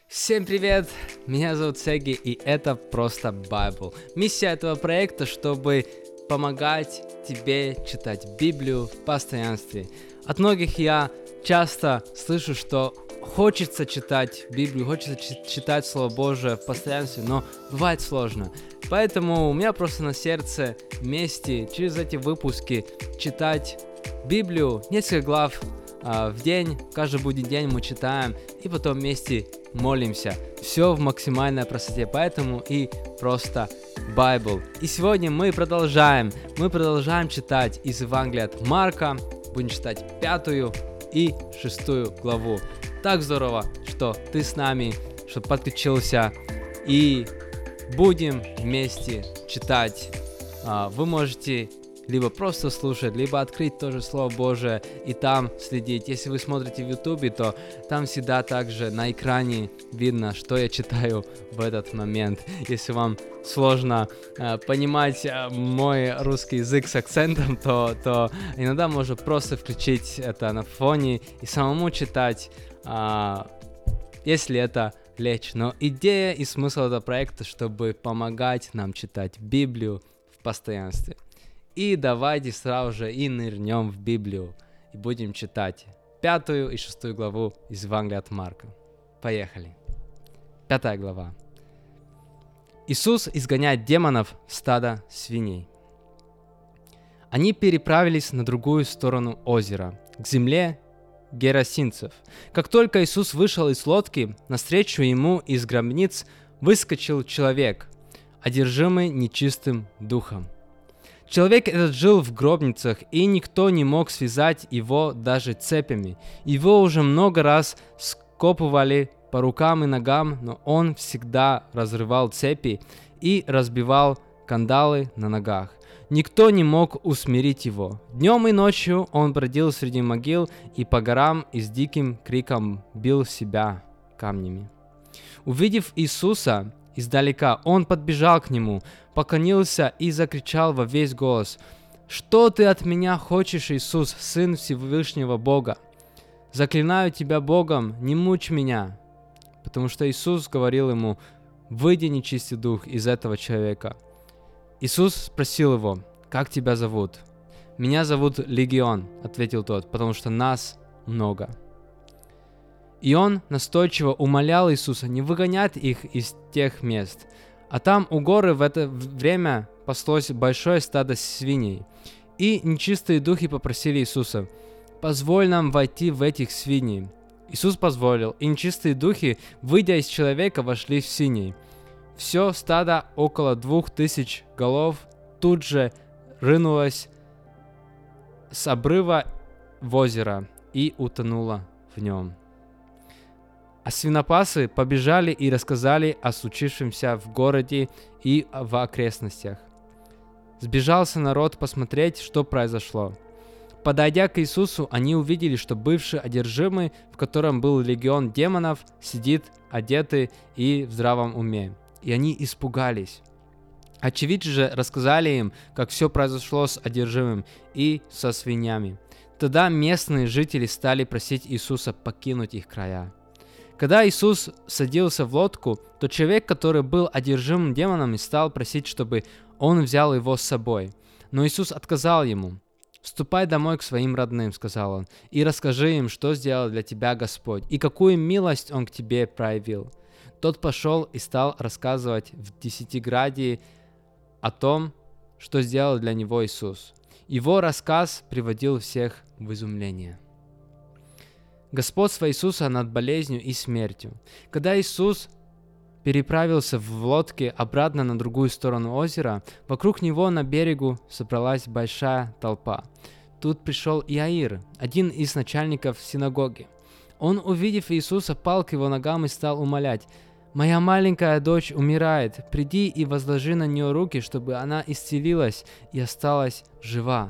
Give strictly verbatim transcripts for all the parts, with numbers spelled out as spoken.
Всем привет! Меня зовут Сеги, и это просто Bible. Миссия этого проекта, чтобы помогать тебе читать Библию в постоянстве. От многих я часто слышу, что хочется читать Библию, хочется ч- читать Слово Божие в постоянстве, но бывает сложно. Поэтому у меня просто на сердце вместе через эти выпуски читать Библию, несколько глав а, в день, каждый будний день мы читаем, и потом вместе молимся. Все в максимальной простоте, поэтому и просто Bible. И сегодня мы продолжаем, мы продолжаем читать из Евангелия от Марка, будем читать пятую и шестую главу. Так здорово, что ты с нами, что подключился, и будем вместе читать. Вы можете либо просто слушать, либо открыть тоже Слово Божие и там следить. Если вы смотрите в Ютубе, то там всегда также на экране видно, что я читаю в этот момент. Если вам сложно э, понимать э, мой русский язык с акцентом, то, то иногда можно просто включить это на фоне и самому читать, э, если это легче. Но идея и смысл этого проекта, чтобы помогать нам читать Библию в постоянстве. И давайте сразу же и нырнем в Библию и будем читать пятую и шестую главу из Евангелия от Марка. Поехали. Пятая глава. Иисус изгоняет демонов в стадо свиней. Они переправились на другую сторону озера, к земле герасинцев. Как только Иисус вышел из лодки, навстречу ему из гробниц выскочил человек, одержимый нечистым духом. Человек этот жил в гробницах, и никто не мог связать его даже цепями. Его уже много раз сковывали по рукам и ногам, но он всегда разрывал цепи и разбивал кандалы на ногах. Никто не мог усмирить его. Днем и ночью он бродил среди могил и по горам и с диким криком бил себя камнями. Увидев Иисуса издалека, он подбежал к нему, поклонился и закричал во весь голос: «Что ты от меня хочешь, Иисус, Сын Всевышнего Бога? Заклинаю тебя Богом, не мучь меня!» Потому что Иисус говорил ему: «Выйди, нечистый дух, из этого человека». Иисус спросил его: «Как тебя зовут?» «Меня зовут Легион», — ответил тот, «потому что нас много». И он настойчиво умолял Иисуса не выгонять их из тех мест. А там у горы в это время паслось большое стадо свиней. И нечистые духи попросили Иисуса: «Позволь нам войти в этих свиней». Иисус позволил, и нечистые духи, выйдя из человека, вошли в свиней. Все стадо, около двух тысяч голов, тут же рынулось с обрыва в озеро и утонуло в нем. А свинопасы побежали и рассказали о случившемся в городе и в окрестностях. Сбежался народ посмотреть, что произошло. Подойдя к Иисусу, они увидели, что бывший одержимый, в котором был легион демонов, сидит одетый и в здравом уме. И они испугались. Очевидцы же рассказали им, как все произошло с одержимым и со свиньями. Тогда местные жители стали просить Иисуса покинуть их края. Когда Иисус садился в лодку, то человек, который был одержим демонами, стал просить, чтобы он взял его с собой. Но Иисус отказал ему. «Ступай домой к своим родным», — сказал он, «и расскажи им, что сделал для тебя Господь, и какую милость Он к тебе проявил». Тот пошел и стал рассказывать в Десятиградии о том, что сделал для него Иисус. Его рассказ приводил всех в изумление. Господство Иисуса над болезнью и смертью. Когда Иисус переправился в лодке обратно на другую сторону озера, вокруг него на берегу собралась большая толпа. Тут пришел Иаир, один из начальников синагоги. Он, увидев Иисуса, пал к его ногам и стал умолять: «Моя маленькая дочь умирает, приди и возложи на нее руки, чтобы она исцелилась и осталась жива».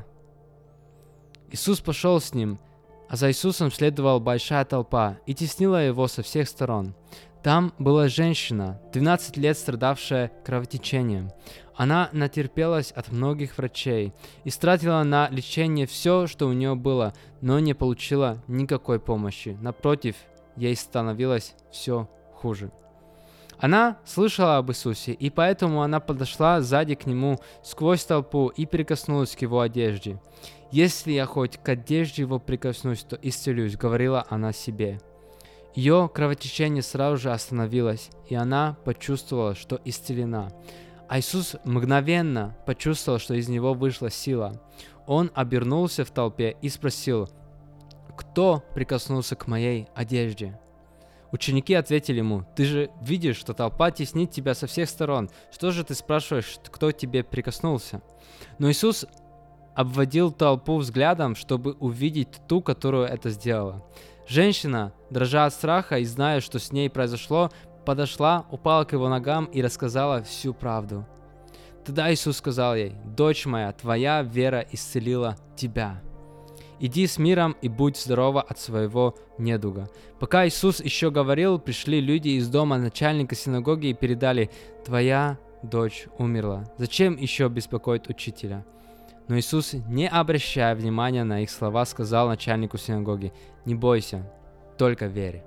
Иисус пошел с ним, а за Иисусом следовала большая толпа и теснила его со всех сторон. Там была женщина, двенадцать лет страдавшая кровотечением. Она натерпелась от многих врачей и стратила на лечение все, что у нее было, но не получила никакой помощи. Напротив, ей становилось все хуже. Она слышала об Иисусе, и поэтому она подошла сзади к нему сквозь толпу и прикоснулась к его одежде. «Если я хоть к одежде его прикоснусь, то исцелюсь», — говорила она себе. Ее кровотечение сразу же остановилось, и она почувствовала, что исцелена. А Иисус мгновенно почувствовал, что из него вышла сила. Он обернулся в толпе и спросил: «Кто прикоснулся к моей одежде?» Ученики ответили ему: «Ты же видишь, что толпа теснит тебя со всех сторон. Что же ты спрашиваешь, кто тебе прикоснулся?» Но Иисус обводил толпу взглядом, чтобы увидеть ту, которую это сделала. Женщина, дрожа от страха и зная, что с ней произошло, подошла, упала к его ногам и рассказала всю правду. Тогда Иисус сказал ей: «Дочь моя, твоя вера исцелила тебя. Иди с миром и будь здорова от своего недуга». Пока Иисус еще говорил, пришли люди из дома начальника синагоги и передали: «Твоя дочь умерла. Зачем еще беспокоить учителя?» Но Иисус, не обращая внимания на их слова, сказал начальнику синагоги: «Не бойся, только верь».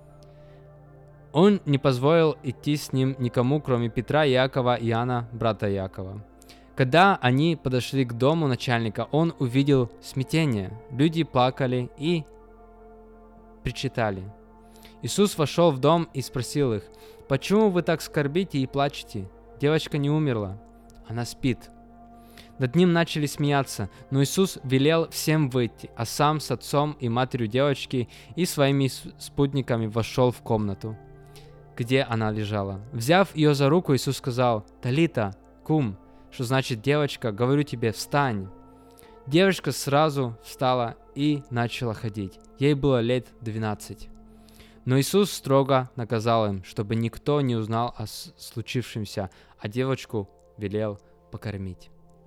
Он не позволил идти с ним никому, кроме Петра, Иакова и Иоанна, брата Иакова. Когда они подошли к дому начальника, он увидел смятение. Люди плакали и причитали. Иисус вошел в дом и спросил их: «Почему вы так скорбите и плачете? Девочка не умерла, она спит». Над ним начали смеяться, но Иисус велел всем выйти, а сам с отцом и матерью девочки и своими спутниками вошел в комнату, где она лежала. Взяв ее за руку, Иисус сказал: «Талита кум», что значит: «Девочка, говорю тебе, встань». Девочка сразу встала и начала ходить. Ей было лет двенадцать. Но Иисус строго наказал им, чтобы никто не узнал о случившемся, а девочку велел покормить.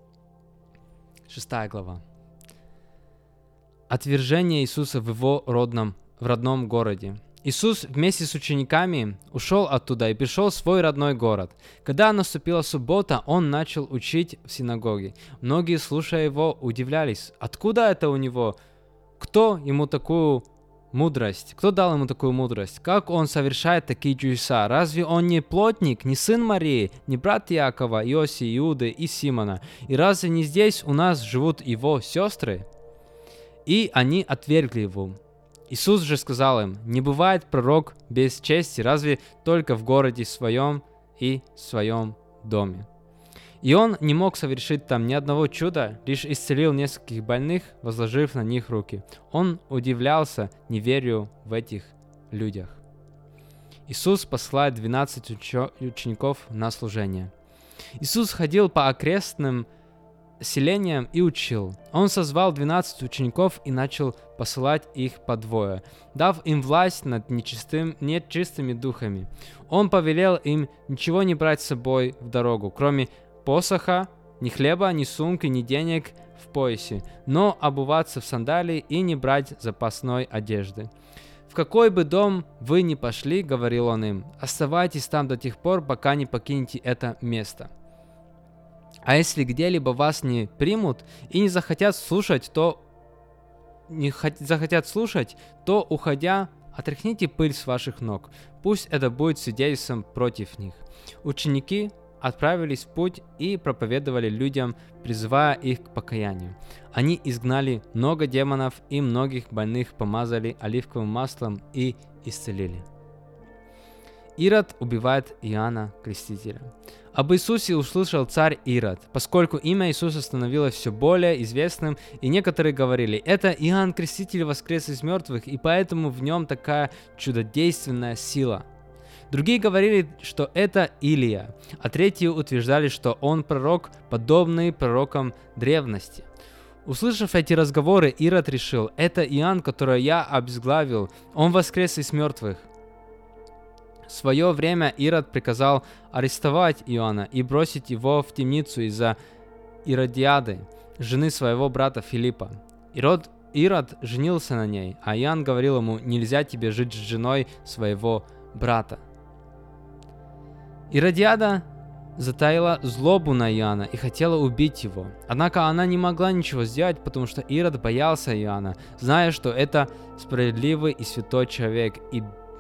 Шестая глава. Отвержение Иисуса в его родном, в родном городе. Иисус вместе с учениками ушел оттуда и пришел в свой родной город. Когда наступила суббота, он начал учить в синагоге. Многие, слушая его, удивлялись: откуда это у него? Кто ему такую мудрость? Кто дал ему такую мудрость? Как он совершает такие чудеса? Разве он не плотник, не сын Марии, не брат Иакова, Иоси, Иуды и Симона? И разве не здесь у нас живут его сестры? И они отвергли его. Иисус же сказал им: «Не бывает пророк без чести, разве только в городе своем и в своем доме». И он не мог совершить там ни одного чуда, лишь исцелил нескольких больных, возложив на них руки. Он удивлялся неверию в этих людях. Иисус посылает двенадцать учё- учеников на служение. Иисус ходил по окрестным селениям и учил. Он созвал двенадцать учеников и начал посылать их по двое, дав им власть над нечистым, нечистыми духами. Он повелел им ничего не брать с собой в дорогу, кроме посоха, ни хлеба, ни сумки, ни денег в поясе, но обуваться в сандалии и не брать запасной одежды. «В какой бы дом вы ни пошли, — говорил он им, — оставайтесь там до тех пор, пока не покинете это место. А если где-либо вас не примут и не захотят слушать, то не хот- захотят слушать, то, уходя, отряхните пыль с ваших ног. Пусть это будет свидетельством против них». Ученики отправились в путь и проповедовали людям, призывая их к покаянию. Они изгнали много демонов и многих больных помазали оливковым маслом и исцелили. Ирод убивает Иоанна Крестителя. Об Иисусе услышал царь Ирод, поскольку имя Иисуса становилось все более известным, и некоторые говорили: «Это Иоанн Креститель воскрес из мертвых, и поэтому в нем такая чудодейственная сила». Другие говорили, что это Илия, а третьи утверждали, что он пророк, подобный пророкам древности. Услышав эти разговоры, Ирод решил: это Иоанн, которого я обезглавил, он воскрес из мертвых. В свое время Ирод приказал арестовать Иоанна и бросить его в темницу из-за Иродиады, жены своего брата Филиппа. Ирод, Ирод женился на ней, а Иоанн говорил ему: «Нельзя тебе жить с женой своего брата». Иродиада затаила злобу на Иоанна и хотела убить его. Однако она не могла ничего сделать, потому что Ирод боялся Иоанна, зная, что это справедливый и святой человек, и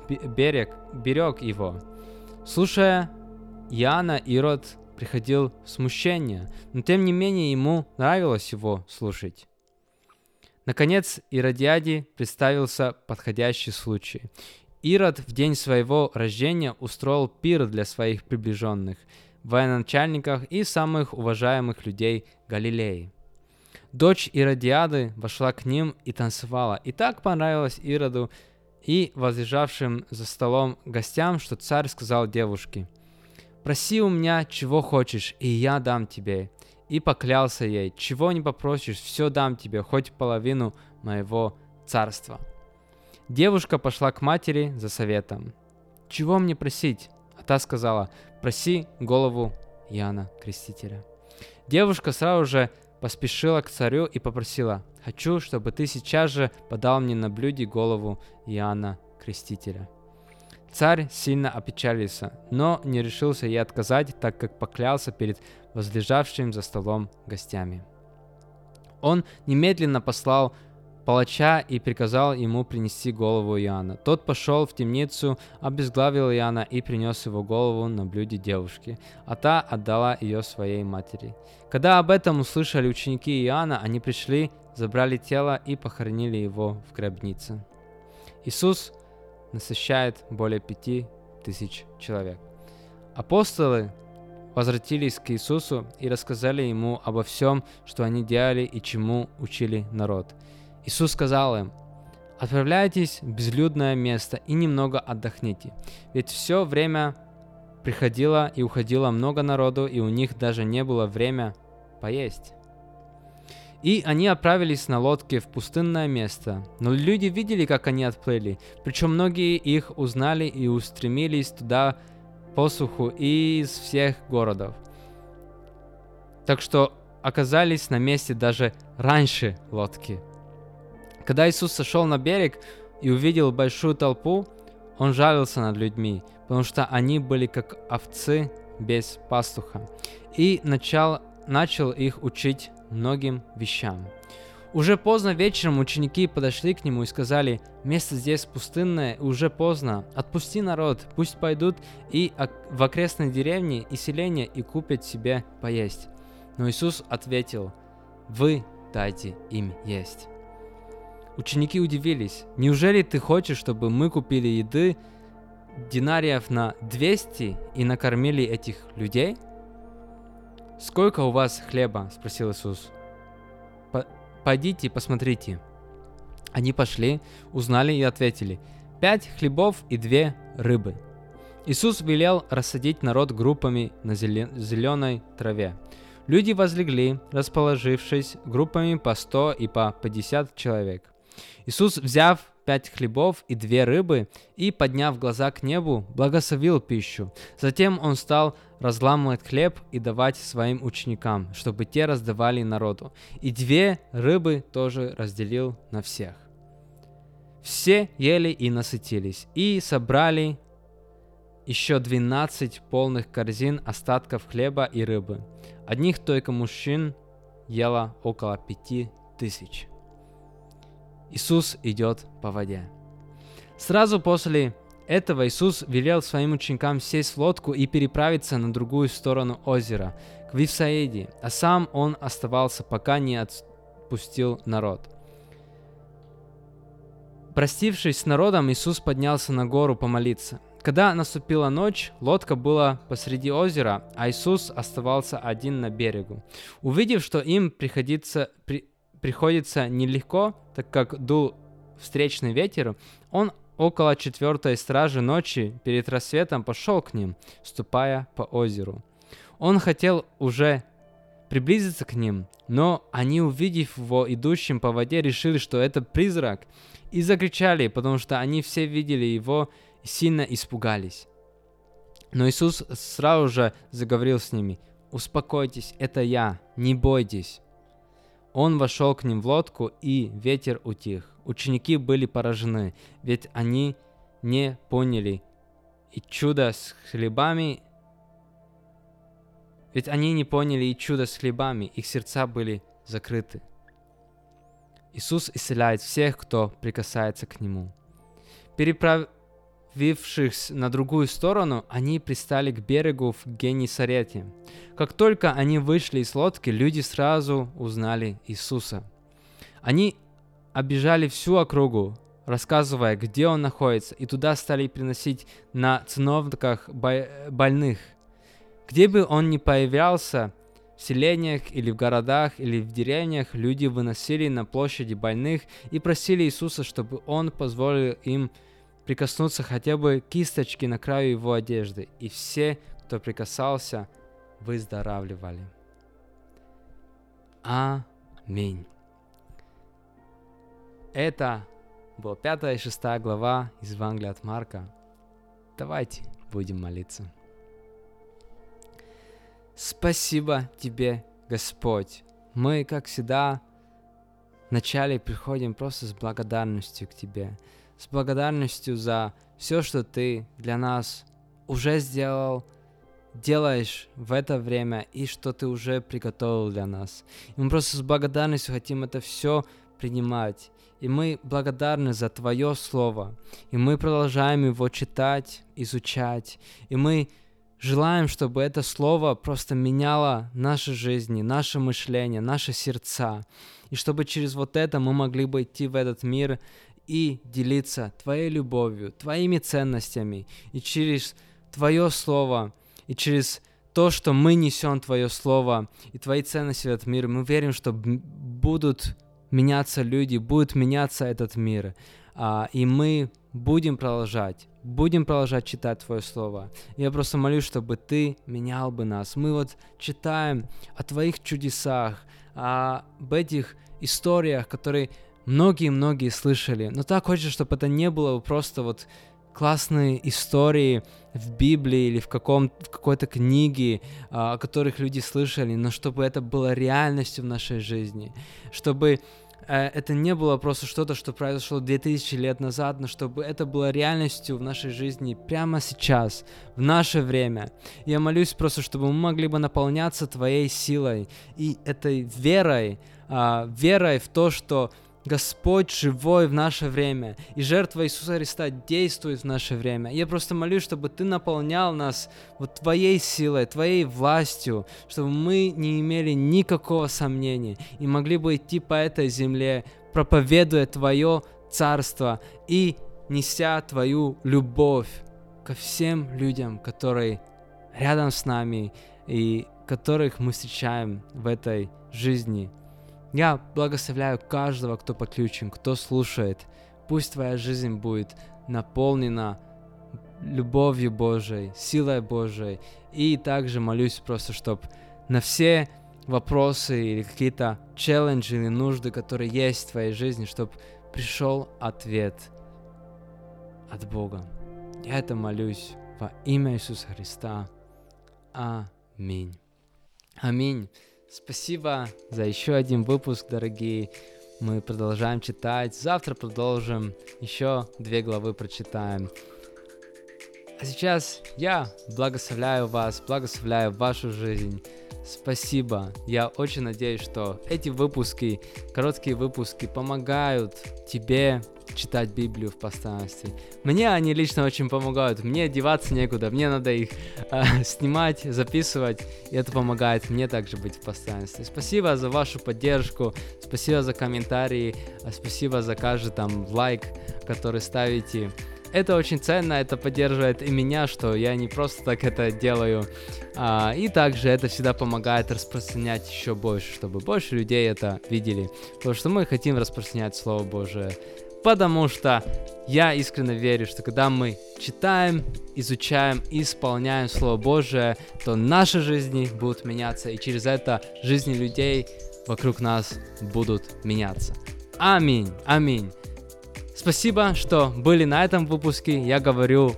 берег, берег его. Слушая Иоанна, Ирод приходил в смущение, но тем не менее ему нравилось его слушать. Наконец, Иродиаде представился подходящий случай. Ирод в день своего рождения устроил пир для своих приближенных, военачальников и самых уважаемых людей Галилеи. Дочь Иродиады вошла к ним и танцевала, и так понравилось Ироду и возлежавшим за столом гостям, что царь сказал девушке: «Проси у меня, чего хочешь, и я дам тебе». И поклялся ей: «Чего не попросишь, все дам тебе, хоть половину моего царства». Девушка пошла к матери за советом. «Чего мне просить?» А та сказала: «Проси голову Иоанна Крестителя». Девушка сразу же поспешила к царю и попросила: «Хочу, чтобы ты сейчас же подал мне на блюде голову Иоанна Крестителя». Царь сильно опечалился, но не решился ей отказать, так как поклялся перед возлежавшим за столом гостями. Он немедленно послал палача и приказал ему принести голову Иоанна. Тот пошел в темницу, обезглавил Иоанна и принес его голову на блюде девушки, а та отдала ее своей матери. Когда об этом услышали ученики Иоанна, они пришли, забрали тело и похоронили его в гробнице. Иисус насыщает более пяти тысяч человек. Апостолы возвратились к Иисусу и рассказали ему обо всем, что они делали и чему учили народ. Иисус сказал им: «Отправляйтесь в безлюдное место и немного отдохните, ведь все время приходило и уходило много народу, и у них даже не было времени поесть». И они отправились на лодке в пустынное место. Но люди видели, как они отплыли, причем многие их узнали и устремились туда по суху из всех городов. Так что оказались на месте даже раньше лодки. Когда Иисус сошел на берег и увидел большую толпу, он жалился над людьми, потому что они были как овцы без пастуха, и начал, начал их учить многим вещам. Уже поздно вечером ученики подошли к нему и сказали: «Место здесь пустынное, и уже поздно. Отпусти народ, пусть пойдут и в окрестные деревни и селения и купят себе поесть». Но Иисус ответил: «Вы дайте им есть». Ученики удивились: «Неужели ты хочешь, чтобы мы купили еды динариев на двести и накормили этих людей?» «Сколько у вас хлеба?» — спросил Иисус. «Пойдите, посмотрите». Они пошли, узнали и ответили: «Пять хлебов и две рыбы». Иисус велел рассадить народ группами на зеленой траве. Люди возлегли, расположившись группами по сто и по пятьдесят человек. Иисус, взяв пять хлебов и две рыбы и, подняв глаза к небу, благословил пищу. Затем он стал разламывать хлеб и давать своим ученикам, чтобы те раздавали народу. И две рыбы тоже разделил на всех. Все ели и насытились, и собрали еще двенадцать полных корзин остатков хлеба и рыбы. Одних только мужчин ело около пяти тысяч. Иисус идет по воде. Сразу после этого Иисус велел своим ученикам сесть в лодку и переправиться на другую сторону озера, к Вифсаиде, а сам он оставался, пока не отпустил народ. Простившись с народом, Иисус поднялся на гору помолиться. Когда наступила ночь, лодка была посреди озера, а Иисус оставался один на берегу. Увидев, что им приходится, при, приходится нелегко, так как дул встречный ветер, он около четвертой стражи ночи перед рассветом пошел к ним, ступая по озеру. Он хотел уже приблизиться к ним, но они, увидев его идущим по воде, решили, что это призрак, и закричали, потому что они все видели его и сильно испугались. Но Иисус сразу же заговорил с ними: «Успокойтесь, это я, не бойтесь». Он вошел к ним в лодку, и ветер утих. Ученики были поражены, ведь они не поняли и чудо с хлебами, ведь они не поняли и чудо с хлебами, их сердца были закрыты. Иисус исцеляет всех, кто прикасается к Нему. Переправ... остановившись на другую сторону, они пристали к берегу в Генесарете. Как только они вышли из лодки, люди сразу узнали Иисуса. Они обижали всю округу, рассказывая, где он находится, и туда стали приносить на циновках больных. Где бы он ни появлялся, в селениях или в городах или в деревнях, люди выносили на площади больных и просили Иисуса, чтобы он позволил им прикоснуться хотя бы к кисточке на краю его одежды, и все, кто прикасался, выздоравливали. Аминь. Это была пятая и шестая глава из Евангелия от Марка. Давайте будем молиться. Спасибо тебе, Господь. Мы, как всегда, вначале приходим просто с благодарностью к тебе. С благодарностью за все, что ты для нас уже сделал, делаешь в это время и что ты уже приготовил для нас. И мы просто с благодарностью хотим это все принимать. И мы благодарны за Твое Слово. И мы продолжаем его читать, изучать. И мы желаем, чтобы это Слово просто меняло наши жизни, наше мышление, наши сердца. И чтобы через вот это мы могли бы идти в этот мир и делиться Твоей любовью, Твоими ценностями. И через Твое Слово, и через то, что мы несем Твое Слово и Твои ценности в этот мир, мы верим, что будут меняться люди, будет меняться этот мир. А, и мы будем продолжать, будем продолжать читать Твое Слово. Я просто молюсь, чтобы Ты менял бы нас. Мы вот читаем о Твоих чудесах, об этих историях, которые многие-многие слышали. Но так хочется, чтобы это не было просто вот классные истории в Библии или в, каком, в какой-то книге, о которых люди слышали, но чтобы это было реальностью в нашей жизни. Чтобы это не было просто что-то, что произошло две тысячи лет назад, но чтобы это было реальностью в нашей жизни прямо сейчас, в наше время. Я молюсь просто, чтобы мы могли бы наполняться Твоей силой и этой верой, верой в то, что Господь живой в наше время, и жертва Иисуса Христа действует в наше время. Я просто молюсь, чтобы Ты наполнял нас вот Твоей силой, Твоей властью, чтобы мы не имели никакого сомнения и могли бы идти по этой земле, проповедуя Твое Царство и неся Твою любовь ко всем людям, которые рядом с нами и которых мы встречаем в этой жизни. Я благословляю каждого, кто подключен, кто слушает. Пусть твоя жизнь будет наполнена любовью Божией, силой Божией. И также молюсь просто, чтобы на все вопросы или какие-то челленджи или нужды, которые есть в твоей жизни, чтобы пришел ответ от Бога. Я это молюсь во имя Иисуса Христа. Аминь. Аминь. Спасибо за еще один выпуск, дорогие. Мы продолжаем читать. Завтра продолжим. Еще две главы прочитаем. А сейчас я благословляю вас, благословляю вашу жизнь. Спасибо. Я очень надеюсь, что эти выпуски, короткие выпуски, помогают тебе читать Библию в постоянстве. Мне они лично очень помогают. Мне деваться некуда. Мне надо их э, снимать, записывать. И это помогает мне также быть в постоянстве. Спасибо за вашу поддержку. Спасибо за комментарии. Спасибо за каждый там лайк, который ставите. Это очень ценно, это поддерживает и меня, что я не просто так это делаю. А, и также это всегда помогает распространять еще больше, чтобы больше людей это видели. Потому что мы хотим распространять Слово Божие. Потому что я искренне верю, что когда мы читаем, изучаем и исполняем Слово Божие, то наши жизни будут меняться, и через это жизни людей вокруг нас будут меняться. Аминь, аминь. Спасибо, что были на этом выпуске. Я говорю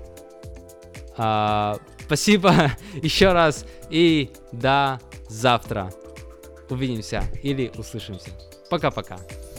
а, спасибо еще раз и до завтра. Увидимся или услышимся. Пока-пока.